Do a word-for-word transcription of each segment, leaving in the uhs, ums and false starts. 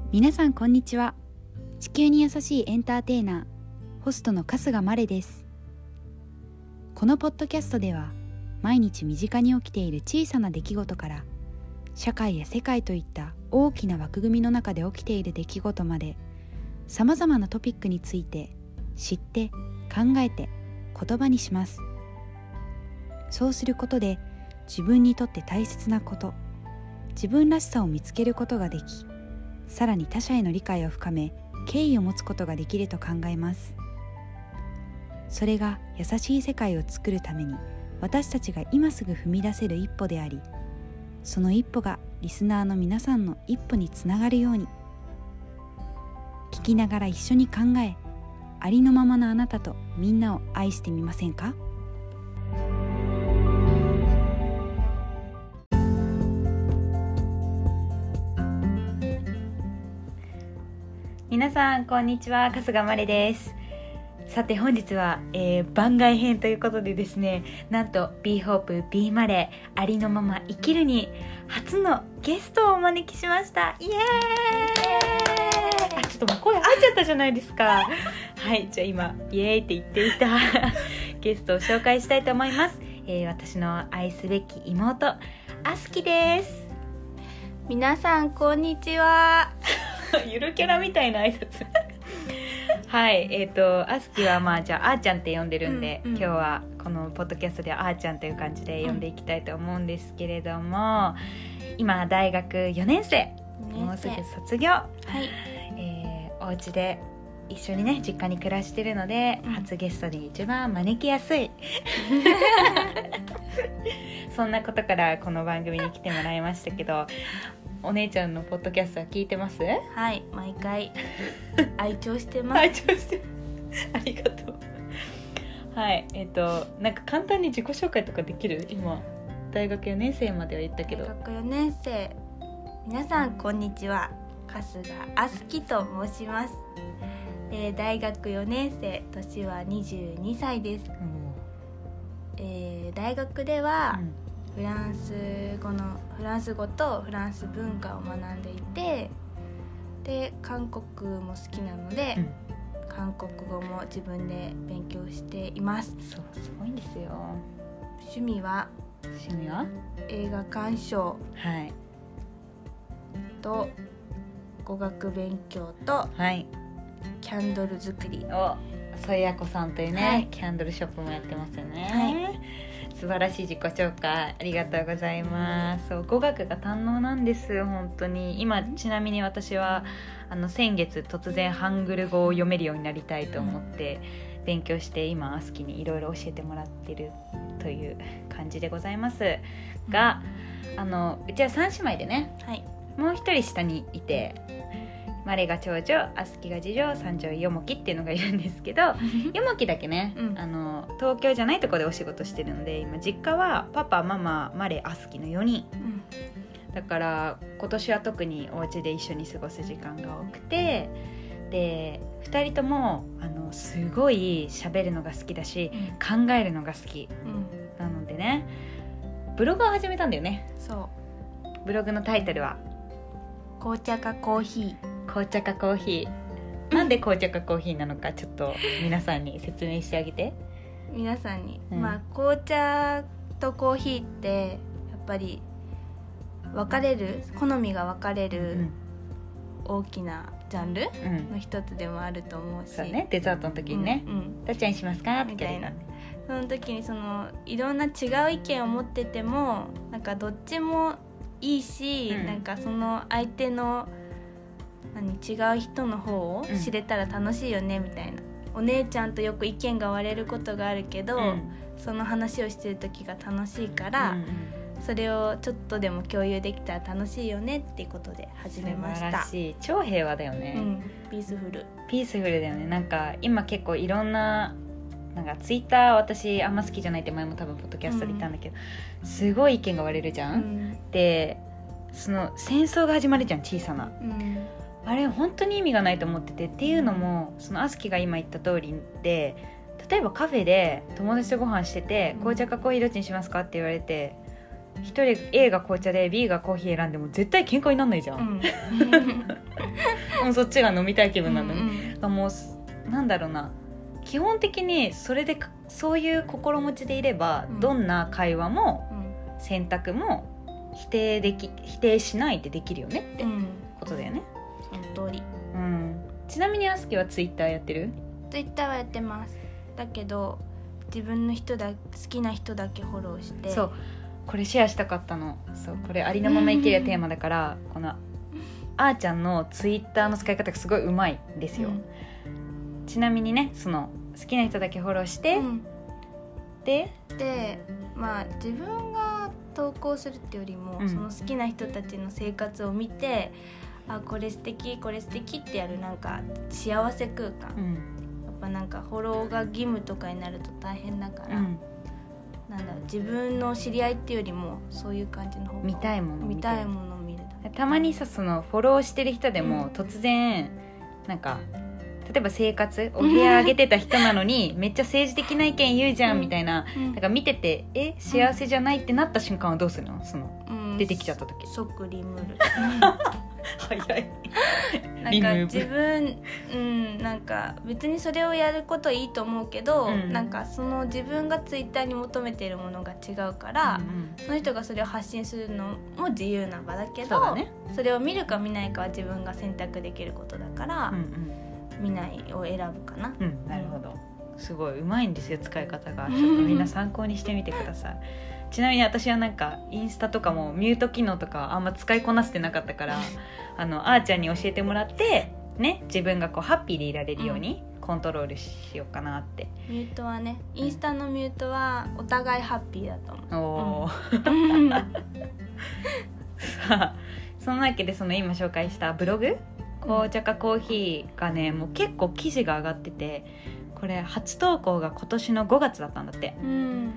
皆さんこんにちは。地球に優しいエンターテイナー、ホストの春日まれです。このポッドキャストでは毎日身近に起きている小さな出来事から社会や世界といった大きな枠組みの中で起きている出来事までさまざまなトピックについて知って考えて言葉にします。そうすることで自分にとって大切なこと、自分らしさを見つけることができ、さらに他者への理解を深め敬意を持つことができると考えます。それが優しい世界を作るために私たちが今すぐ踏み出せる一歩であり、その一歩がリスナーの皆さんの一歩につながるように、聞きながら一緒に考え、ありのままのあなたとみんなを愛してみませんか？皆さんこんにちは、春日まれです。さて本日は、えー、番外編ということでですね、なんと Be Hope Be マレーありのまま生きるに初のゲストをお招きしました。イエーイ。あ、ちょっともう声入っちゃったじゃないですか。はい、じゃあ今イエーイって言っていたゲストを紹介したいと思います。えー、私の愛すべき妹あすきです。 皆さんこんにちは。 ゆるキャラみたいな挨拶はい、えーとあすきはまあじゃああーちゃんって呼んでるんで、うんうん、今日はこのポッドキャストではあーちゃんという感じで呼んでいきたいと思うんですけれども、うん、今大学よねんせい、もうすぐ卒業、はい、えー、お家で一緒にね実家に暮らしてるので、うん、初ゲストに一番招きやすいそんなことからこの番組に来てもらいましたけど、お姉ちゃんのポッドキャストは聞いてます？ はい、毎回愛聴してます。 愛聴してありがとう。はい、えっ、ー、となんか簡単に自己紹介とかできる？今大学よねんせいまでは言ったけど。 大学よねんせい、皆さんこんにちは、春日あすきと申します。えー、大学よねんせい、年はにじゅうにさいです。うん、えー、大学では、うんフランス語のフランス語とフランス文化を学んでいて、で韓国も好きなので、うん、韓国語も自分で勉強しています。 そうすごいんですよ。 趣味は趣味は映画鑑賞、 はい、 と語学勉強と、 はい、 キャンドル作り。 お、そやこさんというね、はい、キャンドルショップもやってますよね。はい、素晴らしい自己紹介ありがとうございます。そう、語学が堪能なんです本当に。今ちなみに私はあの先月突然ハングル語を読めるようになりたいと思って勉強して、今アスキにいろいろ教えてもらってるという感じでございますが、あのうちは三姉妹でね、はい、もう一人下にいて、マレが長女、アスキが次女、三女ヨモキっていうのがいるんですけどヨモキだけね、うん、あの東京じゃないところでお仕事してるので、今実家はパパマママレアスキのよにん、うん、だから今年は特にお家で一緒に過ごす時間が多くて、でふたりともあのすごい喋るのが好きだし、うん、考えるのが好き、うん、なのでねブログを始めたんだよね。 そう、 ブログのタイトルは紅茶かコーヒー。 紅茶かコーヒー。なんで紅茶かコーヒーなのかちょっと皆さんに説明してあげて。 皆さんに、うん、まあ紅茶とコーヒーってやっぱり分かれる、好みが分かれる大きなジャンルの一つでもあると思うし、 そうね、デザートの時にね、うんうん、どっちにしますかみたいな、その時にそのいろんな違う意見を持っててもなんかどっちもいいし、うん、なんかその相手の何違う人の方を知れたら楽しいよねみたいな、うん、お姉ちゃんとよく意見が割れることがあるけど、うん、その話をしてる時が楽しいから、うんうん、それをちょっとでも共有できたら楽しいよねっていうことで始めました。 素晴らしい、超平和だよね、 うん、ピースフルピースフルだよね。なんか今結構いろんななんかツイッター私あんま好きじゃないって前も多分ポッドキャストで言ったんだけど、うん、すごい意見が割れるじゃん、うん、でその戦争が始まるじゃん、小さな、うん、あれ本当に意味がないと思ってて、っていうのもそのアスキが今言った通りで、例えばカフェで友達とご飯してて、うん、紅茶かコーヒーどっちにしますかって言われて一人 A が紅茶で B がコーヒー選んでも絶対喧嘩になんないじゃん、うん、もうそっちが飲みたい気分なのに、うんうん、もうなんだろうな、基本的にそれでそういう心持ちでいれば、うん、どんな会話も、うん、選択も否定でき否定しないでできるよねってことだよね、 うん、その通り、 うん、ちなみにあすきはツイッターやってる？ ツイッターはやってます。だけど自分の人だ好きな人だけフォローして、 そうこれシェアしたかったの。そうこれありのまま生きるテーマだからこのあーちゃんのツイッターの使い方がすごいうまいんですよ、うん、ちなみにねその好きな人だけフォローして、うん、ででまあ自分が投稿するってよりも、うん、その好きな人たちの生活を見て、あこれ素敵これ素敵ってやるなんか幸せ空間、うん、やっぱなんかフォローが義務とかになると大変だから、うん、なんだろう、自分の知り合いっていうよりもそういう感じの方が見たいもの見たいものを見る。 たまにさそのフォローしてる人でも突然、うん、なんか例えば生活お部屋あげてた人なのにめっちゃ政治的な意見言うじゃんみたいな、うん、だから見ててえ幸せじゃないってなった瞬間はどうするの？その、うん、出てきちゃった時即リムール早いなんか自分、うん、なんか別にそれをやることいいと思うけど、うん、なんかその自分がツイッターに求めているものが違うから、うんうん、その人がそれを発信するのも自由な場だけど そ, だ、ね、それを見るか見ないかは自分が選択できることだから、うんうん、見ないを選ぶかな、 うん、なるほど、すごいうまいんですよ使い方が。ちょっとみんな参考にしてみてくださいちなみに私はなんかインスタとかもミュート機能とかあんま使いこなせてなかったからあのあーちゃんに教えてもらってね、自分がこうハッピーでいられるようにコントロールしようかなって、 うん、ミュートはね、インスタのミュートはお互いハッピーだと思う。おー、うん、さあそのわけでその今紹介したブログ紅茶かコーヒーがねもう結構記事が上がってて、これ初投稿が今年のごがつだったんだって、うん、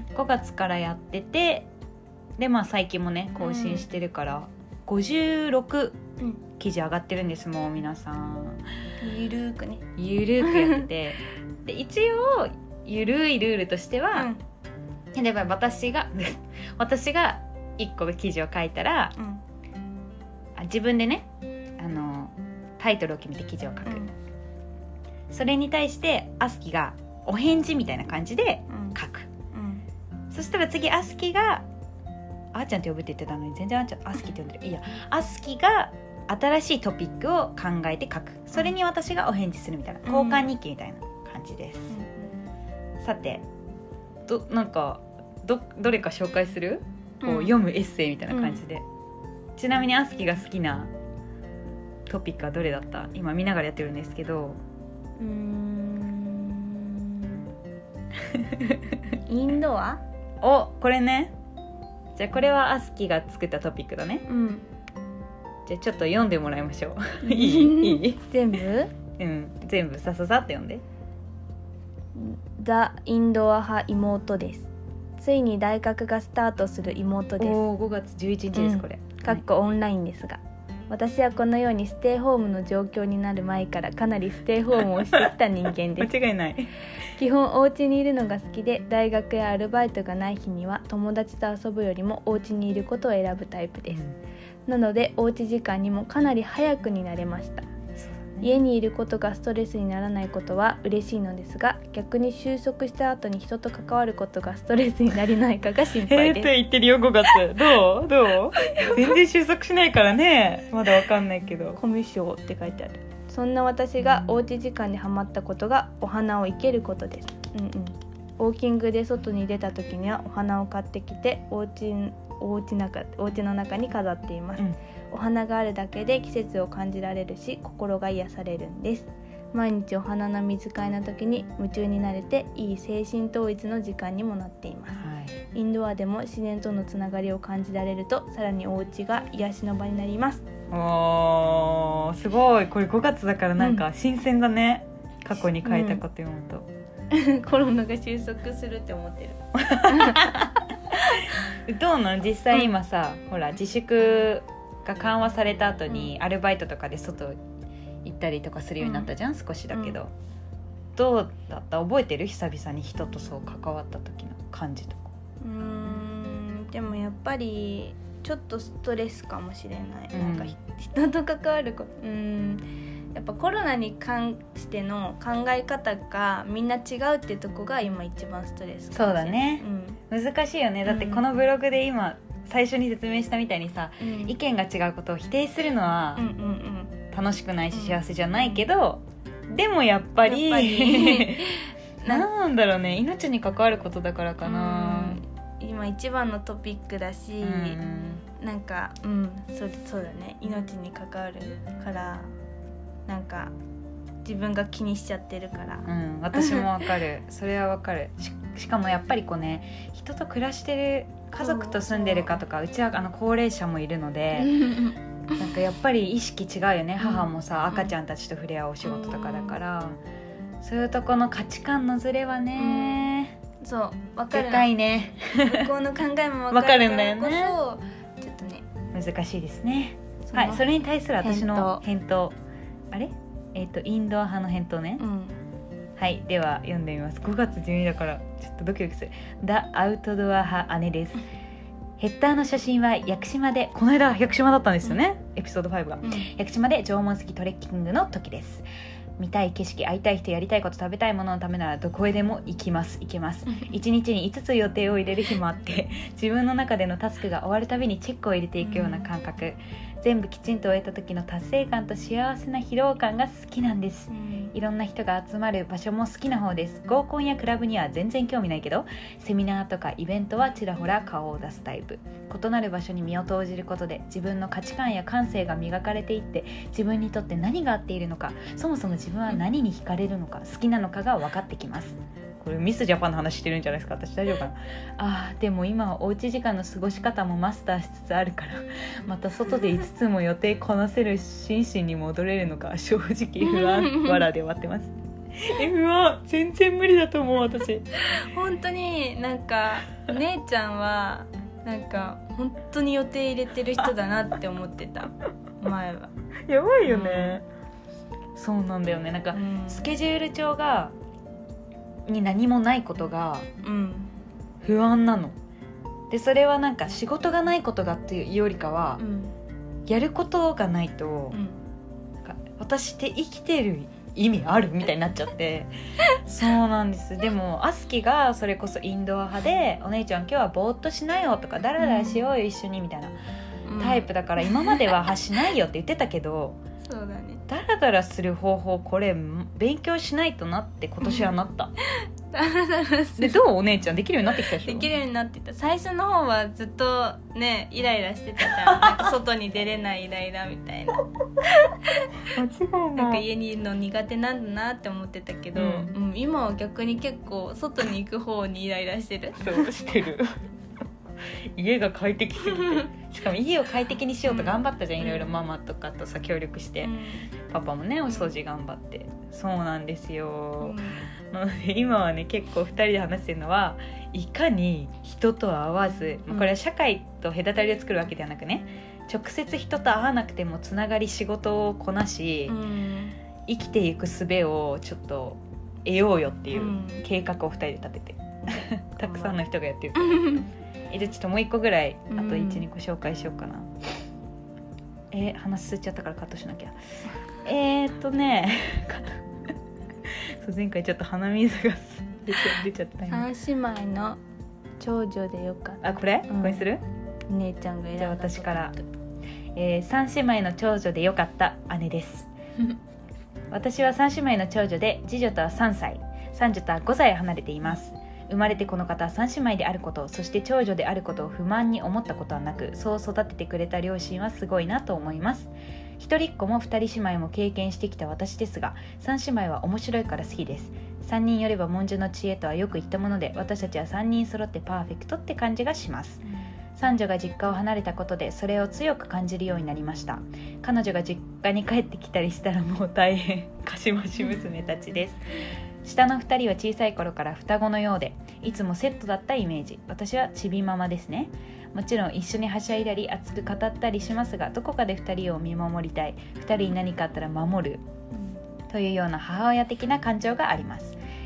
ごがつからやってて、でまあ最近もね更新してるから、うん、ごじゅうろく記事上がってるんです。もう皆さんゆるーくねゆるーくやっててで一応ゆるいルールとしては、うん、例えば私が私がいっこ記事を書いたら、うん、あ自分でねあのタイトルを決めて記事を書く、うん、それに対してアスキがお返事みたいな感じで書く、うんうん、そしたら次アスキがあーちゃんって呼ぶって言ってたのに全然あーちゃんアスキって呼んでる。いいや、アスキが新しいトピックを考えて書く、それに私がお返事するみたいな、うん、交換日記みたいな感じです、うん、さてどなんか ど, どれか紹介する、こう、うん、読むエッセイみたいな感じで、うん、ちなみにアスキが好きなトピックはどれだった？今見ながらやってるんですけど、うーんインドア？ お、これね。じゃあこれはアスキが作ったトピックだね、うん、じゃあちょっと読んでもらいましょういい？いい？ 全部？ うん、全部さささって読んで。 ザ・インドア派妹です。ついに大学がスタートする妹です。 おー、ごがつじゅういちにちです、うん、これかっこオンラインですが、私はこのようにステイホームの状況になる前からかなりステイホームをしてきた人間です間違いない。 基本お家にいるのが好きで、大学やアルバイトがない日には友達と遊ぶよりもお家にいることを選ぶタイプです、うん、なのでおうち時間にもかなり早くになれました。家にいることがストレスにならないことは嬉しいのですが、逆に収束した後に人と関わることがストレスになりないかが心配です。 えーって言ってるよごがつ。どうどう全然収束しないからね、まだわかんないけど。 コミュ障って書いてある。そんな私がおうち時間にハマったことがお花を生けることです、うんうん、ウォーキングで外に出た時にはお花を買ってきておうち、おうち中、おうちの中に飾っています、うん、お花があるだけで季節を感じられるし心が癒されるんです。毎日お花の水替えの時に夢中になれていい精神統一の時間にもなっています、はい、インドアでも自然とのつながりを感じられるとさらにお家が癒しの場になります。 おー、すごい。これごがつだからなんか新鮮だね、うん、過去に書いたこと読むと、 うん、コロナが収束するって思ってるどうなん実際今さ、うん、ほら自粛が緩和された後にアルバイトとかで外行ったりとかするようになったじゃん、うん、少しだけど、うん、どうだった？覚えてる？久々に人とそう関わった時の感じとか。 うーんでもやっぱりちょっとストレスかもしれない、 うん、 なんか人と関わること、うん、やっぱコロナに関しての考え方がみんな違うってとこが今一番ストレスかもしれない。 そうだね、うん、難しいよね。だってこのブログで今最初に説明したみたいにさ、うん、意見が違うことを否定するのは楽しくないし幸せじゃないけど、うん、でもやっぱり、やっぱりなんだろうね、命に関わることだからかな、 うん、今一番のトピックだし、うん、なんかうんそう、そうだね、命に関わるからなんか自分が気にしちゃってるから、 うん、私もわかるそれはわかる。 し, しかもやっぱりこうね、人と暮らしてる、家族と住んでるかとか、うちはあの高齢者もいるのでなんかやっぱり意識違うよね。母もさ、赤ちゃんたちと触れ合うお仕事とかだから、そういうとこの価値観のズレはね、 うん、そう分かる、 でかいね向こうの考えも分かるからこそ、 ね、 ちょっとね難しいですね。はい、それに対する私の返答、あれえっ、ー、とインドア派の返答ね、うん、はい、では読んでみます。ごがつじゅうにだからちょっとドキドキする。The アウトドア派姉です。ヘッダーの写真は屋久島で、この間屋久島だったんですよね、うん、エピソードファイブが、うん、屋久島で縄文杉トレッキングの時です。見たい景色、会いたい人、やりたいこと、食べたいもののためならどこへでも行きます行けます。いちにちにいつつ予定を入れる日もあって自分の中でのタスクが終わるたびにチェックを入れていくような感覚、うん、全部きちんと終えた時の達成感と幸せな疲労感が好きなんです、うん、いろんな人が集まる場所も好きな方です。合コンやクラブには全然興味ないけど、セミナーとかイベントはちらほら顔を出すタイプ。異なる場所に身を投じることで自分の価値観や感性が磨かれていって、自分にとって何が合っているのか、そもそも自分は何に惹かれるのか、好きなのかが分かってきます。これミスジャパンの話してるんじゃないですか、私大丈夫かな。あーでも今はおうち時間の過ごし方もマスターしつつあるから、また外でいつつも予定こなせる心身に戻れるのか正直不安わらで終わってますえ不安、全然無理だと思う私本当になんか姉ちゃんはなんか本当に予定入れてる人だなって思ってた前は。 やばいよね、うん、そうなんだよね。なんか、うん、スケジュール帳がに何もないことが不安なの、うん、でそれはなんか仕事がないことがっていうよりかは、うん、やることがないと、うん、なんか私って生きてる意味あるみたいになっちゃってそうなんです。でもアスキがそれこそインドア派で、お姉ちゃん今日はぼーっとしなよとかダラダラしようよ一緒にみたいなタイプだから、今までははしないよって言ってたけどそうだね、 ダラダラする方法これ勉強しないとなって今年はなったダラダラする。 でどうお姉ちゃんできるようになってきたでしょ。 できるようになってた。最初の方はずっとねイライラしてたじゃんなんか外に出れないイライラみたいな間違いない、 なんか家にいるの苦手なんだなって思ってたけど、うんうん、今は逆に結構外に行く方にイライラしてる。 そうしてる家が快適すぎてしかも家を快適にしようと頑張ったじゃん、うん、いろいろママとかとさ協力して、うん、パパもねお掃除頑張って、そうなんですよ、うん、なので今はね結構ふたりで話してるのは、いかに人と会わず、うん、これは社会と隔たりを作るわけではなくね、直接人と会わなくてもつながり仕事をこなし、うん、生きていく術をちょっと得ようよっていう計画をふたりで立てて、うん、たくさんの人がやってるからえじゃあちょっともう一個ぐらいあと いち,に 個紹介しようかな、うん、えー、話すっちゃったからカットしなきゃえーっとねそう前回ちょっと鼻水が出ちゃ、出ちゃった三姉妹の長女でよかった。 あこれ、うん、これにする。 姉ちゃんが選んだ。 じゃあ私から、えー、三姉妹の長女でよかった姉です私は三姉妹の長女で、次女とはさんさい、三女とはごさい離れています。生まれてこの方三姉妹であること、そして長女であることを不満に思ったことはなく、そう育ててくれた両親はすごいなと思います。一人っ子も二人姉妹も経験してきた私ですが、三姉妹は面白いから好きです。三人よれば文殊の知恵とはよく言ったもので、私たちは三人揃ってパーフェクトって感じがします、うん、三女が実家を離れたことでそれを強く感じるようになりました。彼女が実家に帰ってきたりしたらもう大変かしまし娘たちです下のふたりは小さい頃から双子のようで、いつもセットだったイメージ。私はちびママですね。もちろん一緒にはしゃいだり熱く語ったりしますが、どこかでふたりを見守りたい、ふたりに何かあったら守る、うん、というような母親的な感情があります。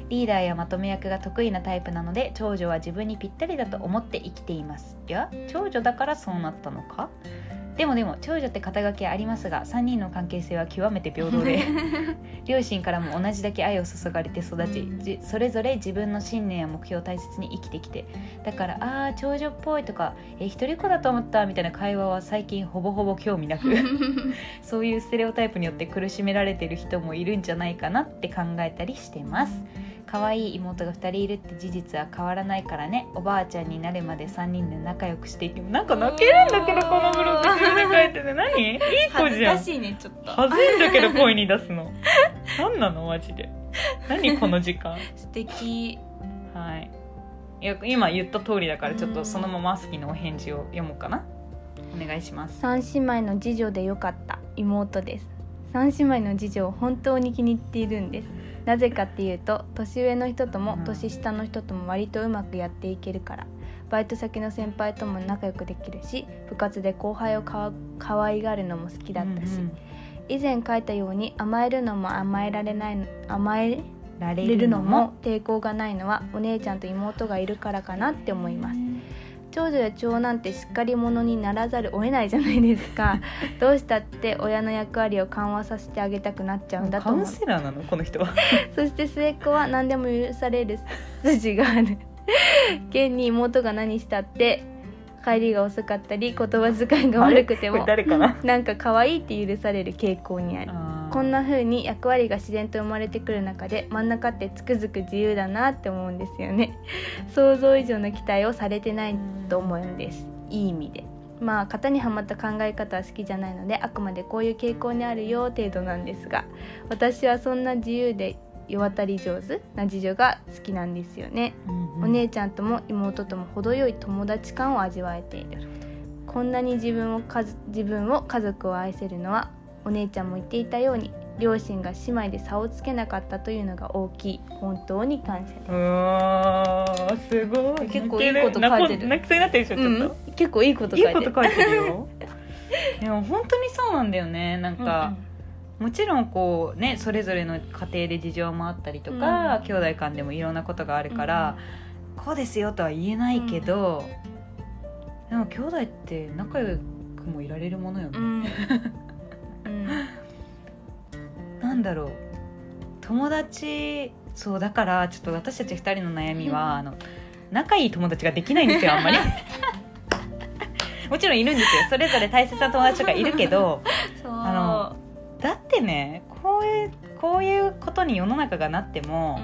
リーダーやまとめ役が得意なタイプなので、長女は自分にぴったりだと思って生きています。いや、長女だからそうなったのか。でもでも長女って肩書きありますが、さんにんの関係性は極めて平等で両親からも同じだけ愛を注がれて育ち、それぞれ自分の信念や目標を大切に生きてきて、だからあー長女っぽいとか、え一人っ子だと思ったみたいな会話は最近ほぼほぼ興味なくそういうステレオタイプによって苦しめられてる人もいるんじゃないかなって考えたりしてます。可愛い妹がふたりいるって事実は変わらないからね。おばあちゃんになるまでさんにんで仲良くしていても、なんか泣けるんだけどこのブログ自分で書いてて何いい子じゃん。 恥ずかしいねちょっと。 恥ずいんだけど声に出すの何なのマジで。何この時間素敵。 はい、いや今言った通りだからちょっとそのままアスキのお返事を読もうかな。お願いします。 三姉妹の次女でよかった妹です。三姉妹の次女を本当に気に入っているんです。なぜかっていうと、年上の人とも年下の人とも割とうまくやっていけるから。バイト先の先輩とも仲良くできるし、部活で後輩をか可愛がるのも好きだったし、うんうん、以前書いたように甘えるのも甘えられない甘えられるのも抵抗がないのはお姉ちゃんと妹がいるからかなって思います。長女や長男ってしっかり者にならざるを得ないじゃないですかどうしたって親の役割を緩和させてあげたくなっちゃうんだと思う。 カウンセラーなのこの人はそして末っ子は何でも許される筋がある現に妹が何したって帰りが遅かったり言葉遣いが悪くても誰かななんか可愛いって許される傾向にある。あこんな風に役割が自然と生まれてくる中で、真ん中ってつくづく自由だなって思うんですよね。想像以上の期待をされてないと思うんです。いい意味で。まあ型にはまった考え方は好きじゃないので、あくまでこういう傾向にあるよ程度なんですが、私はそんな自由で世渡り上手な次女が好きなんですよね、うんうん、お姉ちゃんとも妹とも程よい友達感を味わえている。こんなに自分をかず自分を家族を愛せるのは、お姉ちゃんも言っていたように両親が姉妹で差をつけなかったというのが大きい。本当に感謝です。 うわーすごい。 結構いいこと書いてる。 泣きそうになってるでしょ、ちょっと、 うん、結構いいこと書いてる。 いいこと書いてるよでも本当にそうなんだよね。なんか、うんうん、もちろんこうね、それぞれの家庭で事情もあったりとか、うん、兄弟間でもいろんなことがあるから、うん、こうですよとは言えないけど、うん、でも兄弟って仲良くもいられるものよね、うんうん、なんだろう、友達、そうだからちょっと私たちふたりの悩みは、うん、あの仲いい友達ができないんですよ、あんまりもちろんいるんですよ、それぞれ大切な友達とかいるけどそうあのだってね、こういうこういうことに世の中がなっても、うん、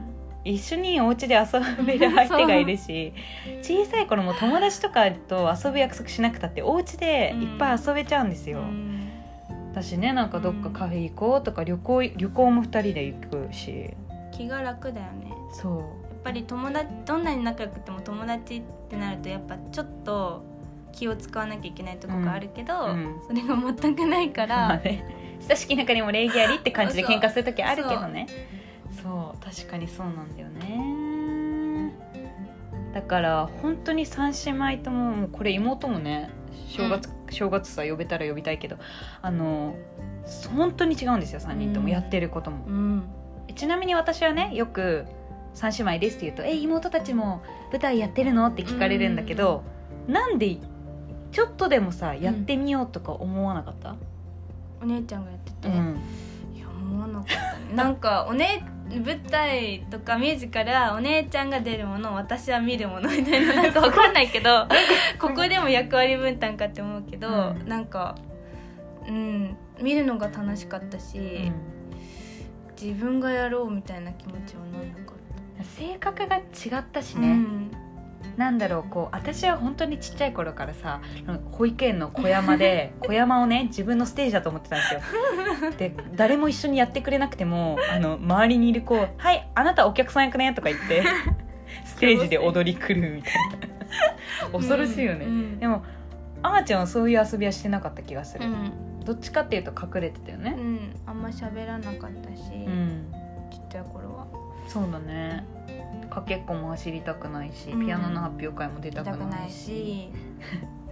一緒にお家で遊べる相手がいるし小さい頃も友達とかと遊ぶ約束しなくたってお家でいっぱい遊べちゃうんですよ、うん、私ね、なんかどっかカフェ行こうとか旅行、旅行もふたりで行くし気が楽だよね。 そう、やっぱり友達、どんなに仲良くても友達ってなるとやっぱちょっと気を使わなきゃいけないところがあるけど、うんうん、それが全くないから、まあね、 親しき中にも礼儀ありって感じで喧嘩するときあるけどね。そう、そう確かにそうなんだよね。だから本当に三姉妹とも、もうこれ妹もね、正月、うん、正月さ呼べたら呼びたいけど、あの本当に違うんですよ、さんにんとも、やってることも、うん、ちなみに私はね、よく三姉妹ですって言うと、え妹たちも舞台やってるのって聞かれるんだけど、うん、なんでちょっとでもさやってみようとか思わなかった？ お姉ちゃんがやってて、うん、いや思わなかったねなんかお姉舞台とかミュージカルはお姉ちゃんが出るもの、私は見るものみたいな、なんか分かんないけどここでも役割分担かって思うけど、うん、なんかうん見るのが楽しかったし、うん、自分がやろうみたいな気持ちはなんなかった。 性格が違ったしね、うん、なんだろう、こう私は本当にちっちゃい頃からさ、保育園の小山で小山をね自分のステージだと思ってたんですよで誰も一緒にやってくれなくても、あの周りにいる子、はいあなたお客さん役ねとか言ってステージで踊り狂うみたいな恐ろしいよね、うんうん、でもあーちゃんはそういう遊びはしてなかった気がする、うん、どっちかっていうと隠れてたよね、 うん、あんま喋らなかったし、うん、ちっちゃい頃は。 そうだね、かけっこも走りたくないし、ピアノの発表会も出たくないし、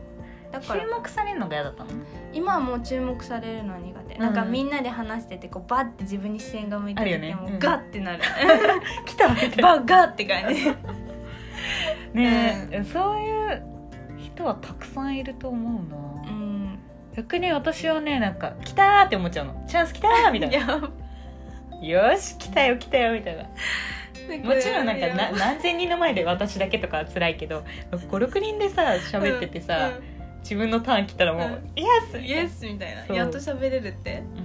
だから注目されるのが嫌だったの？ 今はもう注目されるのは苦手、うん、なんかみんなで話しててこうバッて自分に視線が向いてる時もうガッてなる、 うん、来たみたいなバッガッって感じねえ、うん、そういう人はたくさんいると思うな、うん、逆に私はねなんか来たーって思っちゃうの。チャンス来たーみたいなよし来たよ来たよみたいな。もちろんなんかな何千人の前で私だけとかは辛いけどごろくにんでさ喋っててさ、うんうん、自分のターン来たらもう、うん、イエスイエスみたいな、やっと喋れるって、 うん、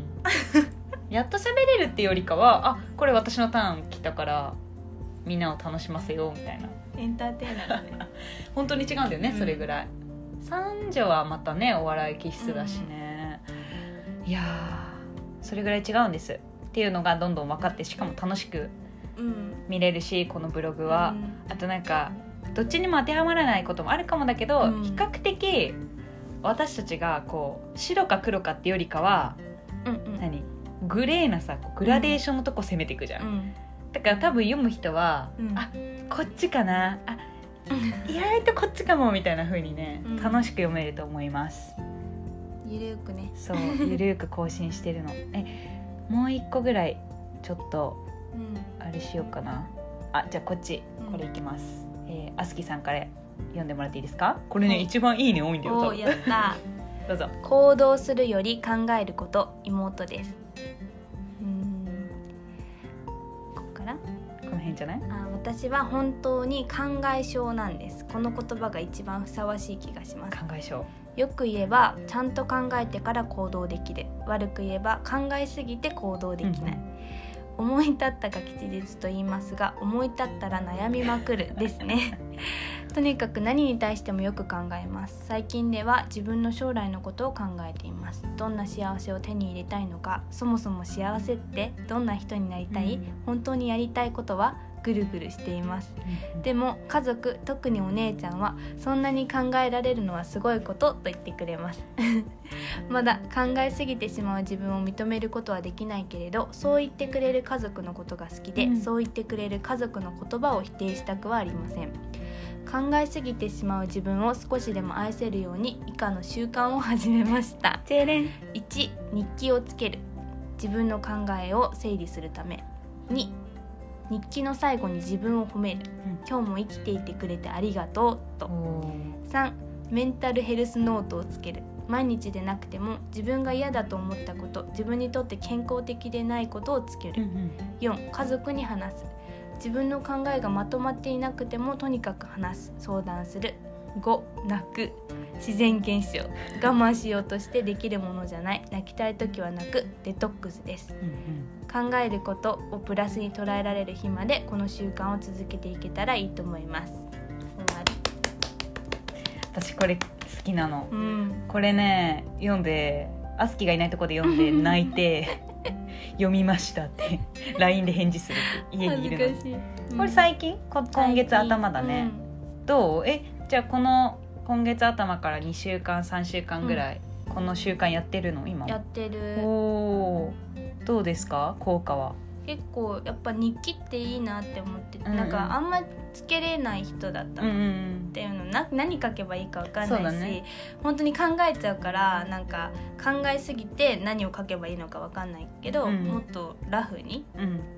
やっと喋れるってよりかはあこれ私のターン来たからみんなを楽しませようみたいなエンターテイナーだね本当に違うんだよね、うん、それぐらい。三女はまたねお笑い気質だしね、うん、いやそれぐらい違うんですっていうのがどんどん分かって、しかも楽しく見れるし、うん、このブログは、うん、あとなんかどっちにも当てはまらないこともあるかもだけど、うん、比較的私たちがこう白か黒かってよりかは、うんうん、何グレーなさグラデーションのとこ攻めていくじゃん、うん、だから多分読む人は、うん、あこっちかなあ意外とこっちかもみたいな風にね、うん、楽しく読めると思います。 ゆるくねそうゆるく更新してるのえもう一個ぐらいちょっと、うん、あれしようかなあじゃあこっちこれいきます、うんえー、あすきさんから読んでもらっていいですか。これね、一番いいね多いんだよ。 おやったどうぞ。 行動するより考えること妹です。うーんここからこの辺じゃない。 あ私は本当に考え性なんです。この言葉が一番ふさわしい気がします。 考え性。 よく言えばちゃんと考えてから行動できる、悪く言えば考えすぎて行動できない、うん、思い立ったが吉日と言いますが思い立ったら悩みまくるですねとにかく何に対してもよく考えます。最近では自分の将来のことを考えています。どんな幸せを手に入れたいのか、そもそも幸せってどんな人になりたい、うん、本当にやりたいことはぐるぐるしています、うん、でも家族特にお姉ちゃんはそんなに考えられるのはすごいことと言ってくれますまだ考えすぎてしまう自分を認めることはできないけれど、そう言ってくれる家族のことが好きで、うん、そう言ってくれる家族の言葉を否定したくはありません。考えすぎてしまう自分を少しでも愛せるように以下の習慣を始めました。いち日記をつける、自分の考えを整理するため。に日記の最後に自分を褒める、うん、今日も生きていてくれてありがとうと。さんメンタルヘルスノートをつける、毎日でなくても自分が嫌だと思ったこと、自分にとって健康的でないことをつける、うんうん、よん家族に話す、自分の考えがまとまっていなくてもとにかく話す、相談する。ご泣く、自然現象、我慢しようとしてできるものじゃない、泣きたい時は泣く、デトックスです、うんうん、考えることをプラスに捉えられる日までこの習慣を続けていけたらいいと思います。終わり。 私これ好きなの、うん、これね読んであすきがいないとこで読んで泣いて読みましたって ライン で返事するって家にいるの、うん、これ最近こ今月頭だね、うん、どうえじゃあこの今月頭からにしゅうかんさんしゅうかんぐらい、うん、この習慣やってるの今やってる。 おどうですか効果は。 結構やっぱ日記っていいなって思ってて、うんうん、なんかあんまつけれない人だったの、うんうん、っていうのな何書けばいいか分かんないし、ね、本当に考えちゃうからなんか考えすぎて何を書けばいいのか分かんないけど、うん、もっとラフに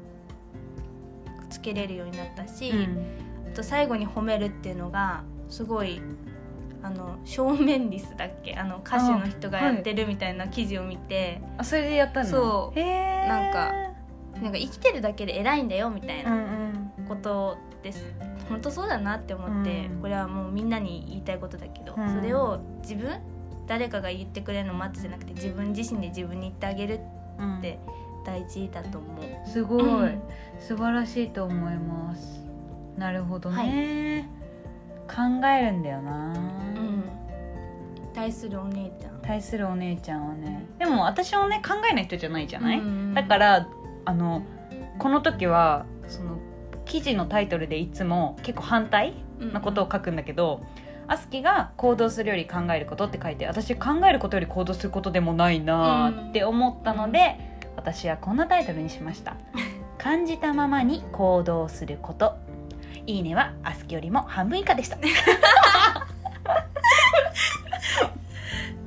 つけれるようになったし、うん、あと最後に褒めるっていうのがすごいあの正面リスだっけあの歌手の人がやってるみたいな記事を見て、 あ、はい、それでやったの。 そうへーなんかなんか生きてるだけで偉いんだよみたいなことです、うんうん、本当そうだなって思って、うん、これはもうみんなに言いたいことだけど、うん、それを自分誰かが言ってくれるのを待つじゃなくて自分自身で自分に言ってあげるって大事だと思う、 うん、すごい、うん、素晴らしいと思います。なるほどね、はい、考えるんだよな、うん、 対するお姉ちゃん対するお姉ちゃんはね、でも私もね考えない人じゃないじゃない、うん、だからあのこの時はその記事のタイトルでいつも結構反対なことを書くんだけど、あすきが行動するより考えることって書いて、私考えることより行動することでもないなって思ったので、うん、私はこんなタイトルにしました感じたままに行動すること。いいねはあすきよりも半分以下でした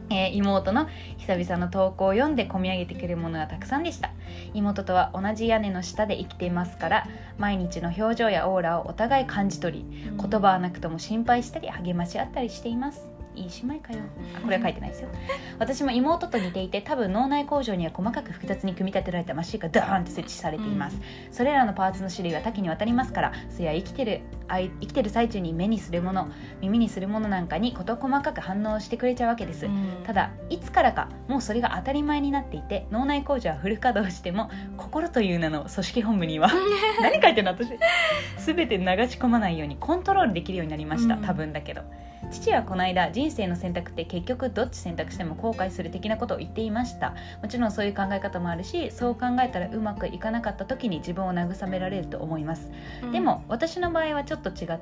えー、妹の久々の投稿を読んで込み上げてくるものがたくさんでした。妹とは同じ屋根の下で生きていますから、毎日の表情やオーラをお互い感じ取り、言葉はなくとも心配したり励まし合ったりしています。いい姉妹かよ。あ、これは書いてないですよ。私も妹と似ていて、多分脳内工場には細かく複雑に組み立てられたマシンがダーンと設置されています、うん、それらのパーツの種類は多岐にわたりますから、それは生きてる生きてる最中に目にするもの、耳にするものなんかに事細かく反応してくれちゃうわけです、うん、ただいつからかもうそれが当たり前になっていて、脳内工場はフル稼働しても心という名の組織本部には何書いてるの私全て流し込まないようにコントロールできるようになりました、うん、多分だけど。父はこの間、人生の選択って結局どっち選択しても後悔する的なことを言っていました。もちろんそういう考え方もあるし、そう考えたらうまくいかなかった時に自分を慰められると思います、うん、でも私の場合はちょっと違って、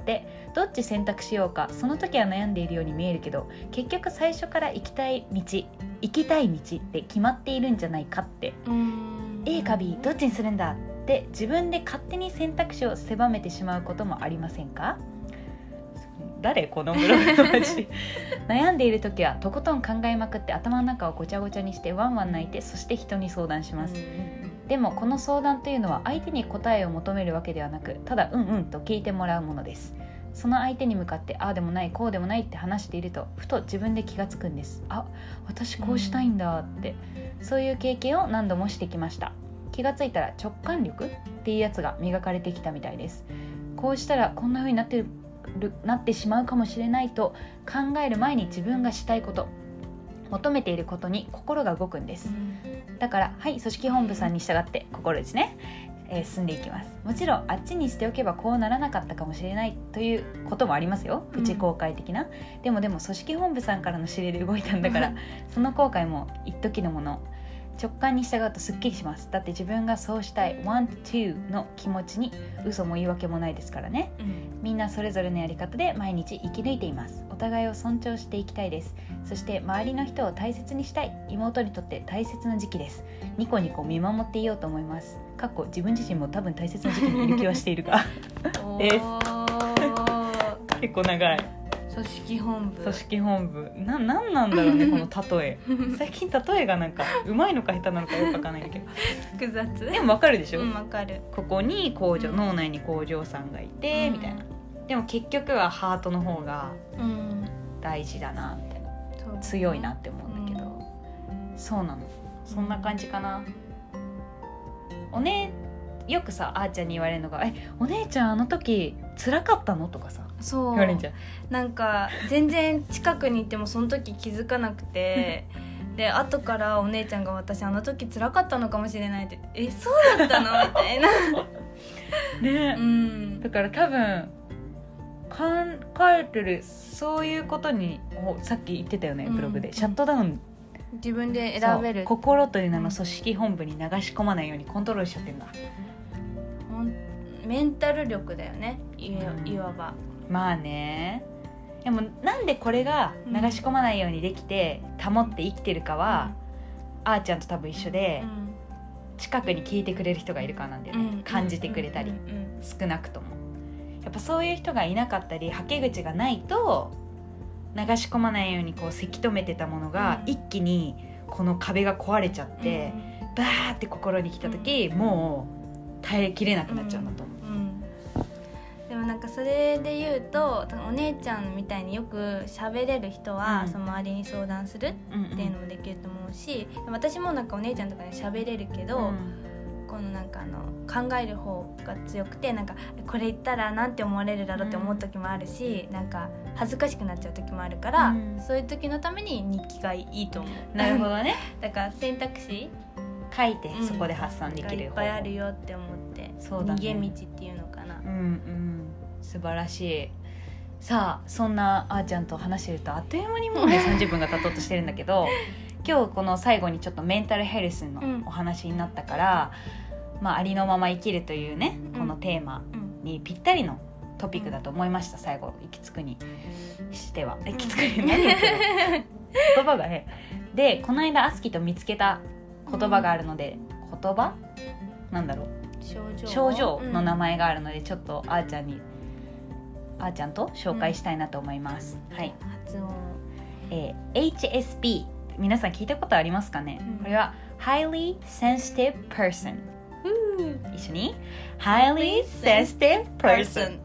どっち選択しようかその時は悩んでいるように見えるけど、結局最初から行きたい道行きたい道って決まっているんじゃないかって、うん、A か B どっちにするんだって自分で勝手に選択肢を狭めてしまうこともありませんか？誰このブログの話悩んでいる時はとことん考えまくって頭の中をごちゃごちゃにしてワンワン泣いて、そして人に相談します、うん、でもこの相談というのは相手に答えを求めるわけではなく、ただうんうんと聞いてもらうものです。その相手に向かってああでもないこうでもないって話していると、ふと自分で気がつくんです。あ、私こうしたいんだって、うん、そういう経験を何度もしてきました。気がついたら直感力っていうやつが磨かれてきたみたいです。こうしたらこんな風になってるなってしまうかもしれないと考える前に、自分がしたいこと、求めていることに心が動くんです、うん、だからはい、組織本部さんに従って心ですね、えー、進んでいきます。もちろんあっちにしておけばこうならなかったかもしれないということもありますよ、プチ後悔的な、うん、でもでも組織本部さんからの指令で動いたんだからその後悔も一時のもの。直感に従うとすっきりします。だって自分がそうしたい want to の気持ちに嘘も言い訳もないですからね、うん、みんなそれぞれのやり方で毎日生き抜いています。お互いを尊重していきたいです。そして周りの人を大切にしたい。妹にとって大切な時期です。ニコニコ見守っていようと思います。かっこ自分自身も多分大切な時期にいる気はしているがです結構長い。 組織本部組織本部な、なんなんだろうねこの例え最近例えがなんかうまいのか下手なのかよくわかんないんだけど複雑でもわかるでしょ、 うん、わかる。 ここに工場、うん、脳内に工場さんがいて、うん、みたいな。でも結局はハートの方が大事だなみたいな、うん、強いなって思うんだけど、うん、そうなの。そんな感じかな、うん、おねよくさあーちゃんに言われるのが、えお姉ちゃんあの時辛かったのとかさ、 そう言われんじゃん。 なんか全然近くにいてもその時気づかなくてで後からお姉ちゃんが私あの時辛かったのかもしれないってえそうだったのみたいなね、 うん、 だから多分考えてるそういうことにさっき言ってたよね、ブログで、うん、シャットダウン自分で選べる。 心という名の組織本部に流し込まないようにコントロールしちゃってるんだ。 メンタル力だよね、いわば、 うん、まあね。でもなんでこれが流し込まないようにできて保って生きてるかは、うん、あーちゃんと多分一緒で、うん、近くに聞いてくれる人がいるからなんだよね、うん、感じてくれたり、うん、少なくともやっぱそういう人がいなかったりはけ口がないと流し込まないようにこうせき止めてたものが、一気にこの壁が壊れちゃって、バーって心に来た時、もう耐えきれなくなっちゃうんだと思う。 でもなんかそれで言うとお姉ちゃんみたいによく喋れる人は、うん、その周りに相談するっていうのもできると思うし、うんうん、私もなんかお姉ちゃんとかに喋れるけど、うん、このなんかあの考える方が強くて、なんかこれ言ったらなんて思われるだろうって思う時もあるし、うん、なんか恥ずかしくなっちゃう時もあるから、うん、そういう時のために日記がいいと思う。 なるほどねだから選択肢書いてそこで発散できる方法、うん、いっぱいあるよって思って、そうだね、逃げ道っていうのかな、 うんうん、素晴らしい。さあそんなあーちゃんと話してるとあっという間にもうねさんじゅっぷんが経とうとしてるんだけど今日この最後にちょっとメンタルヘルスのお話になったから、うん、まあ、ありのまま生きるというね、このテーマにぴったりのトピックだと思いました。最後行き着くにしては行き着くに何言ってるの言葉がね。でこの間アスキと見つけた言葉があるので、うん、言葉なんだろう症状、 症状の名前があるので、ちょっとあーちゃんにあーちゃんと紹介したいなと思います、うん、はい、 発音、 えー、エイチエスピー皆さん聞いたことありますかね、うん、これは highly sensitive person、うん、一緒に highly sensitive person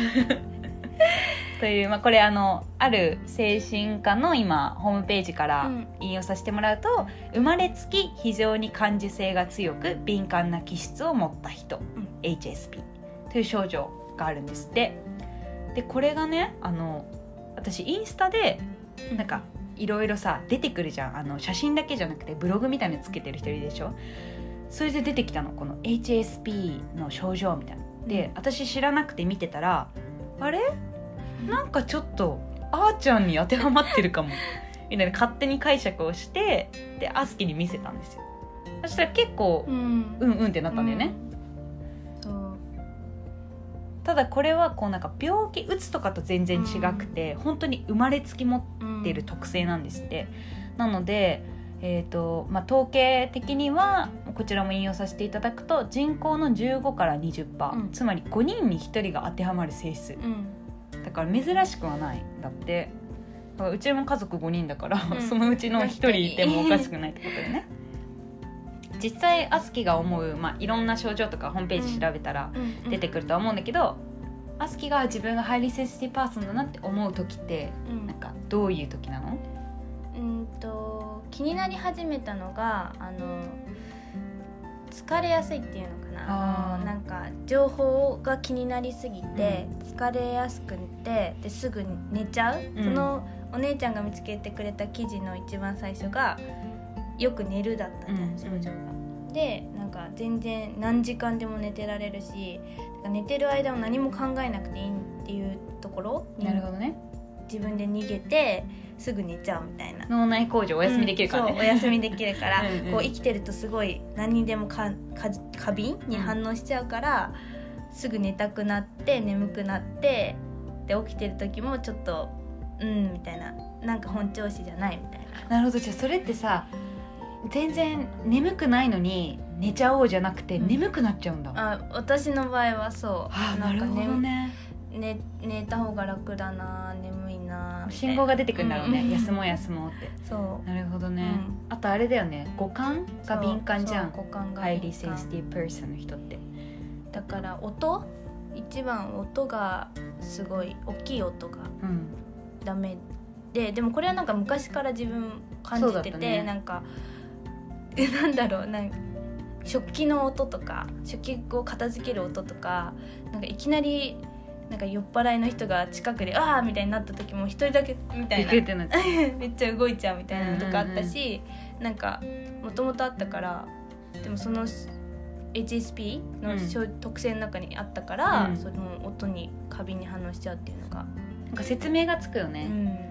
という、まあ、これあのある精神科の今ホームページから引用させてもらうと、うん、生まれつき非常に感受性が強く敏感な気質を持った人、うん、エイチエスピー という症状があるんですって。でこれがね、あの私インスタでなんかいろいろさ出てくるじゃん。あの写真だけじゃなくてブログみたいなのつけてる人いるでしょ。それで出てきたのこの エイチエスピー の症状みたいなで、うん、私知らなくて見てたらあれなんかちょっとあーちゃんに当てはまってるかもみたいな勝手に解釈をしてでアスキに見せたんですよ。そしたら結構、うん、うんうんってなったんだよね、うん、そうただこれはこうなんか病気うつとかと全然違くて、うん、本当に生まれつき持っている特性なんですって、うん、なので、えーとまあ、統計的にはこちらも引用させていただくと人口のじゅうごから にじゅっパーセント、うん、つまりごにんにひとりが当てはまる性質、うんだから珍しくはないんだって。だからうちも家族ごにんだから、うん、そのうちのひとりいてもおかしくないってことでね実際アスキが思う、まあ、いろんな症状とかホームページ調べたら出てくるとは思うんだけど、うんうん、アスキが自分がハイリセンシティブパーソンだなって思う時って、うん、なんかどういう時なの？ うんと気になり始めたのがあの疲れやすいっていうのかな、あのなんか情報が気になりすぎて疲れやすくてですぐ寝ちゃう、うん、そのお姉ちゃんが見つけてくれた記事の一番最初がよく寝るだったんだよ、うん、症状がでなんか全然何時間でも寝てられるし寝てる間も何も考えなくていいっていうところになるほどね自分で逃げてすぐ寝ちゃうみたいな。 脳内工場お休みできるからね、 うん、そうお休みできるからうん、こう生きてるとすごい何にでもかか過敏に反応しちゃうから、うん、すぐ寝たくなって眠くなってで起きてる時もちょっとうんみたいななんか本調子じゃないみたいな。 なるほど。じゃあそれってさ全然眠くないのに寝ちゃおうじゃなくて、うん、眠くなっちゃうんだ。 あ私の場合はそう、 はあ、なるほどね。 寝, 寝た方が楽だな眠いな信号が出てくるんだろうね、うん、休もう休もうってそうなるほどね、うん、あとあれだよね五感が敏感じゃん。五感がハイリーセンシティブパーソンの人ってだから音一番音がすごい大きい音がダメで、うん、でもこれはなんか昔から自分感じてて、ね、なんかなんだろうなんか食器の音とか食器を片付ける音とかなんかいきなりなんか酔っ払いの人が近くであーみたいになった時も一人だけみたいなめっちゃ動いちゃうみたいなのとかあったし、うんうんうん、なんかもともとあったからでもその エイチエスピー の、うん、特性の中にあったから、うん、その音に過敏に反応しちゃうっていうのがなんか説明がつくよね、うん、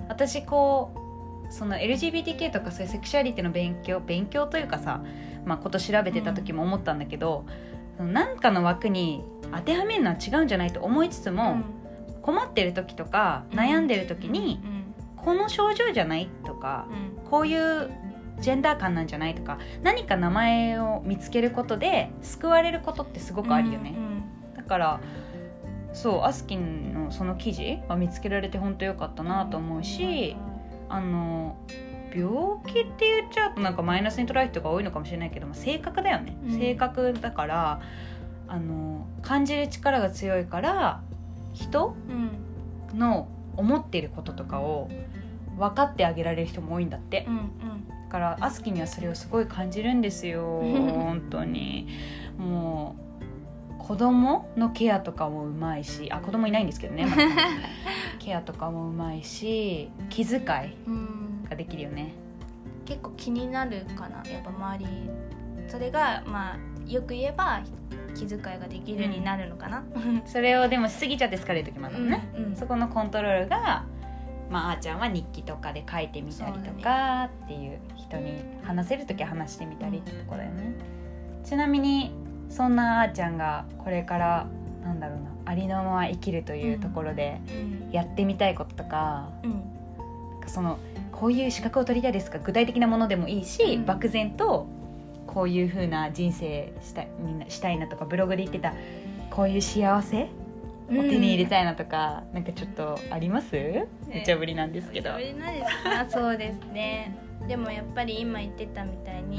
私こうその エルジービーティーキュー とかそういうセクシュアリティの勉強勉強というかさ、まあ、こと調べてた時も思ったんだけど、うん、なんかの枠に当てはめるのは違うんじゃないと思いつつも、うん、困ってる時とか悩んでる時に、うん、この症状じゃないとか、うん、こういうジェンダー感なんじゃないとか何か名前を見つけることで救われることってすごくあるよね、うんうん、だからそうアスキンのその記事は見つけられて本当良かったなと思うし、うん、あの病気って言っちゃうとなんかマイナスに捉える人が多いのかもしれないけど、まあ、性格だよね、うん、性格だからあの感じる力が強いから人の思っていることとかを分かってあげられる人も多いんだって、うんうん、だからアスキにはそれをすごい感じるんですよ本当にもう子供のケアとかもうまいしあ子供いないんですけどね、まあ、ケアとかもうまいし気遣いができるよね、 うん、結構気になるかなやっぱ周りそれがまあよく言えば気遣いができるようになるのかな、うん、 それをでもしすぎちゃって疲れる時もあるのね、うんうん、そこのコントロールが、まあ、あーちゃんは日記とかで書いてみたりとかっていう人に話せる時は話してみたりってとこだよね、うん、ちなみにそんなあーちゃんがこれからなんだろうなありのまま生きるというところでやってみたいこととか、うん、そのこういう資格を取りたいですか具体的なものでもいいし、うん、漠然とこういう風な人生したい、したいなとかブログで言ってたこういう幸せを手に入れたいなとか、うん、なんかちょっとあります？無茶ぶりなんですけど。 無茶ぶりなんですかそうですねでもやっぱり今言ってたみたいに、 うん、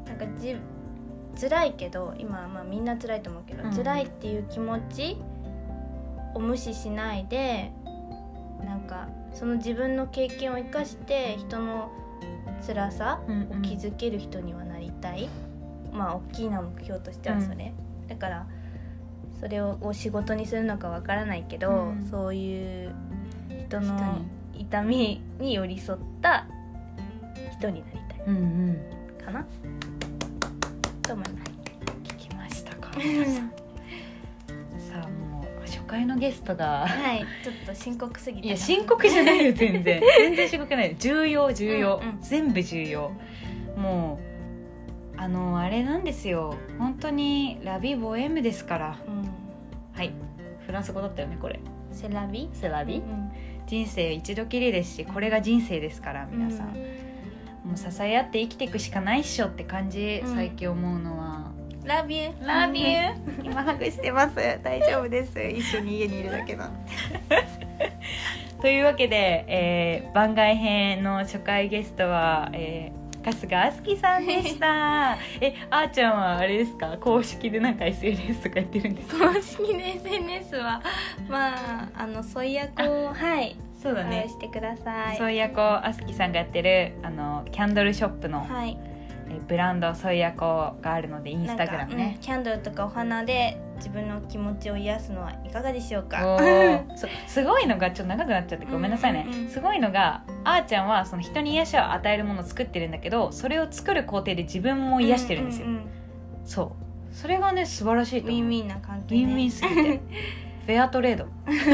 なんかじ辛いけど今はまあみんな辛いと思うけど、うん、辛いっていう気持ちを無視しないで、なんかその自分の経験を生かして人の辛さを気づける人にはなりたい、うんうん、まあ大きな目標としてはそれ、うん、だからそれを仕事にするのかわからないけど、うん、そういう人の痛みに寄り添った人になりたい、うんうん、かなと思います。 聞きましたか皆さんさあもう初回のゲストがはいちょっと深刻すぎて、 いや深刻じゃないよ全然全然深刻ないよ、重要重要、うんうん、全部重要。もうあのあれなんですよ、本当にラビボエムですから、うん、はいフランス語だったよねこれ、 セラビセラビ、うん、人生一度きりですし、これが人生ですから皆さん、うん、もう支え合って生きていくしかないっしょって感じ、うん、最近思うのは Love you Love you 今ハグしてます大丈夫です一緒に家にいるだけなというわけで、えー、番外編の初回ゲストは、えー春日あすきさんでしたえ、あーちゃんはあれですか、公式でなんか エスエヌエス とかやってるんですか？ 公式の エスエヌエス はまああのソイヤコをはいそうだねしてください。 ソイヤコあすきさんがやってるあのキャンドルショップの、はい、えブランドソイヤコがあるのでインスタグラムね、 うん、キャンドルとかお花で自分の気持ちを癒すのはいかがでしょうか。 そすごいのがちょっと長くなっちゃってごめんなさいね、うんうんうん、すごいのがあーちゃんはその人に癒しを与えるものを作ってるんだけど、それを作る工程で自分も癒してるんですよ、うんうんうん、そうそれがね素晴らしいと思う。 ウィンウィンな関係、ね、 ウィンウィンすぎてフェアトレード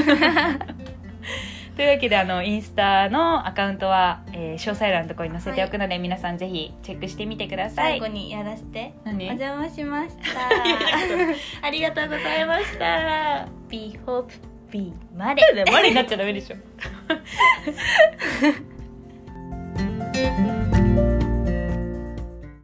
というわけであのインスタのアカウントは、えー、詳細欄のところに載せておくので、はい、皆さんぜひチェックしてみてください。 最後にやらせて何お邪魔しましたありがとうございました。 Be hope be マレマレになっちゃダメでしょ